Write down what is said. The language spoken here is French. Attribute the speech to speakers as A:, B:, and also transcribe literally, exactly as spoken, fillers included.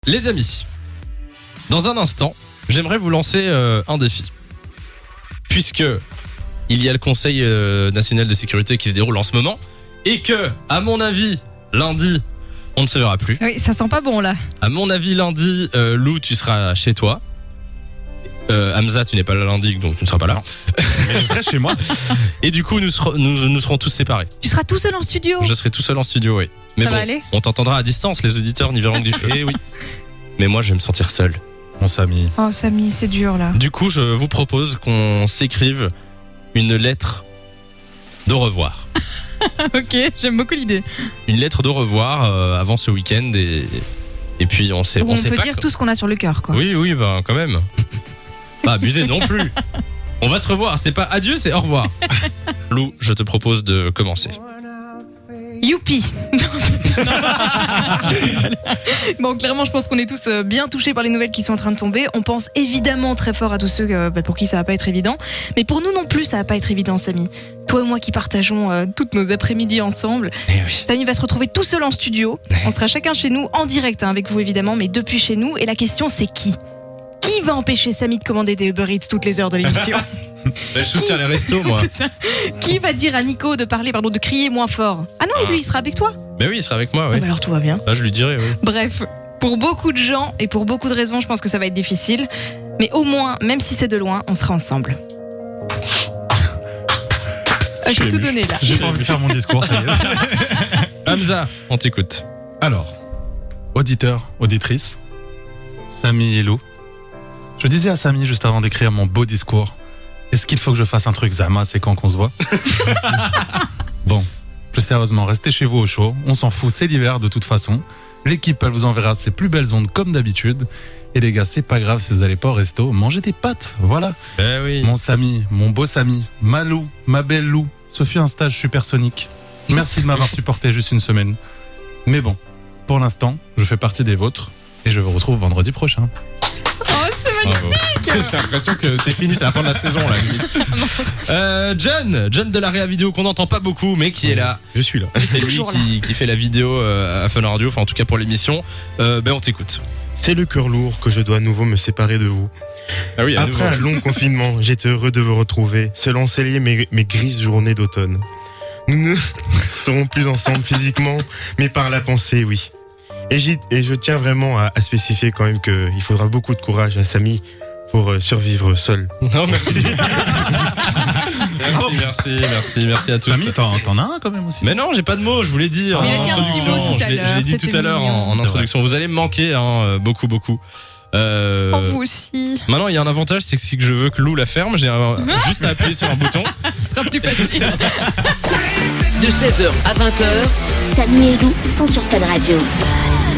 A: Les amis, dans un instant, j'aimerais vous lancer euh, un défi. Puisque il y a le Conseil euh, national de sécurité qui se déroule en ce moment et que, à mon avis, lundi, on ne se verra plus.
B: Oui, ça sent pas bon là.
A: À mon avis, lundi, euh, Lou, tu seras chez toi. Euh, Hamza, tu n'es pas là lundi, donc tu ne seras pas là.
C: Mais je serai chez moi.
A: Et du coup, nous serons, nous, nous serons tous séparés.
B: Tu seras tout seul en studio.
A: Je serai tout seul en studio, oui. Mais
B: Ça
A: bon,
B: va aller
A: on t'entendra à distance, les auditeurs n'y verront que du feu.
C: Eh oui.
A: Mais moi, je vais me sentir seul.
C: Mon Samy.
B: Oh Samy, c'est dur là.
A: Du coup, je vous propose qu'on s'écrive une lettre d'au revoir.
B: Ok, j'aime beaucoup l'idée.
A: Une lettre d'au revoir euh, avant ce week-end et, et puis on sait,
B: Où
A: on
B: on
A: sait
B: peut
A: pas
B: dire
A: quand-
B: tout ce qu'on a sur le cœur, quoi.
A: Oui, oui, ben quand même. Pas abuser non plus. On va se revoir. C'est pas adieu, c'est au revoir. Lou, je te propose de commencer.
B: Youpi. Bon, clairement, je pense qu'on est tous euh, bien touchés par les nouvelles qui sont en train de tomber. On pense évidemment très fort à tous ceux euh, bah, pour qui ça va pas être évident. Mais pour nous non plus, ça va pas être évident, Samy. Toi et moi qui partageons euh, toutes nos après-midi ensemble.
A: Eh oui.
B: Samy va se retrouver tout seul en studio. On sera chacun chez nous, en direct hein, avec vous évidemment, mais depuis chez nous. Et la question, c'est qui Qui va empêcher Samy de commander des Uber Eats toutes les heures de l'émission?
A: Ben, je soutiens les restos, moi.
B: C'est ça. Qui va dire à Nico de parler, pardon, de crier moins fort? Ah non, lui, il sera avec toi.
A: Mais oui, il sera avec moi,
B: Ah
A: oui.
B: bah alors tout va bien.
A: Là, je lui dirai, oui.
B: Bref, pour beaucoup de gens et pour beaucoup de raisons, je pense que ça va être difficile. Mais au moins, même si c'est de loin, on sera ensemble. Ah, j'ai tout donné là.
C: J'ai pas envie de faire mon discours, ça y est.
A: Hamza, on t'écoute.
C: Alors, auditeurs, auditrices, Samy et Lou, je disais à Samy juste avant d'écrire mon beau discours, est-ce qu'il faut que je fasse un truc Zama, c'est quand qu'on se voit? Bon, plus sérieusement, restez chez vous au chaud, on s'en fout, c'est l'hiver de toute façon. L'équipe, elle vous enverra ses plus belles ondes comme d'habitude. Et les gars, c'est pas grave si vous allez pas au resto, mangez des pâtes, voilà.
A: Ben oui.
C: Mon Samy, mon beau Samy, ma Lou, ma belle Lou, ce fut un stage supersonique. Merci de m'avoir supporté juste une semaine. Mais bon, pour l'instant, je fais partie des vôtres et je vous retrouve vendredi prochain.
B: Oh, c'est magnifique.
A: Bravo. J'ai l'impression que c'est fini, c'est la fin de la saison là. euh, John, John de la Réa Vidéo qu'on n'entend pas beaucoup, mais qui est là.
C: Je suis là.
A: C'est lui
B: Toujours
A: qui, qui fait la vidéo euh, à Fun Radio, enfin en tout cas pour l'émission. Euh, ben on t'écoute.
D: C'est le cœur lourd que je dois à nouveau me séparer de vous.
A: Ah oui, à
D: Après
A: nouveau.
D: un long confinement, j'étais heureux de vous retrouver, seul ensoleillé mes, mes grises journées d'automne. Nous ne serons plus ensemble physiquement, mais par la pensée, oui. Et, j'y- et je tiens vraiment à, à spécifier quand même qu'il faudra beaucoup de courage à Samy pour euh, survivre seul.
A: Non, merci. merci, merci, merci, merci à tous.
C: Samy, t'en, t'en as un quand même aussi.
A: Mais non, j'ai pas de mots, je vous l'ai dit en
B: Mais il a dit un petit
A: introduction.
B: mot tout à
A: Je l'ai-
B: l'heure,
A: je l'ai dit
B: c'était
A: tout à l'heure
B: mignon.
A: en, en
C: C'est
A: introduction. Vous allez me manquer, hein, euh, beaucoup, beaucoup. Euh,
B: Oh, vous aussi.
A: Maintenant, il y a un avantage, c'est que si je veux que Lou la ferme, j'ai un- juste à appuyer sur un bouton.
B: Ce sera plus facile.
E: De seize heures à vingt heures,
F: Samy et Lou sont sur Fun Radio.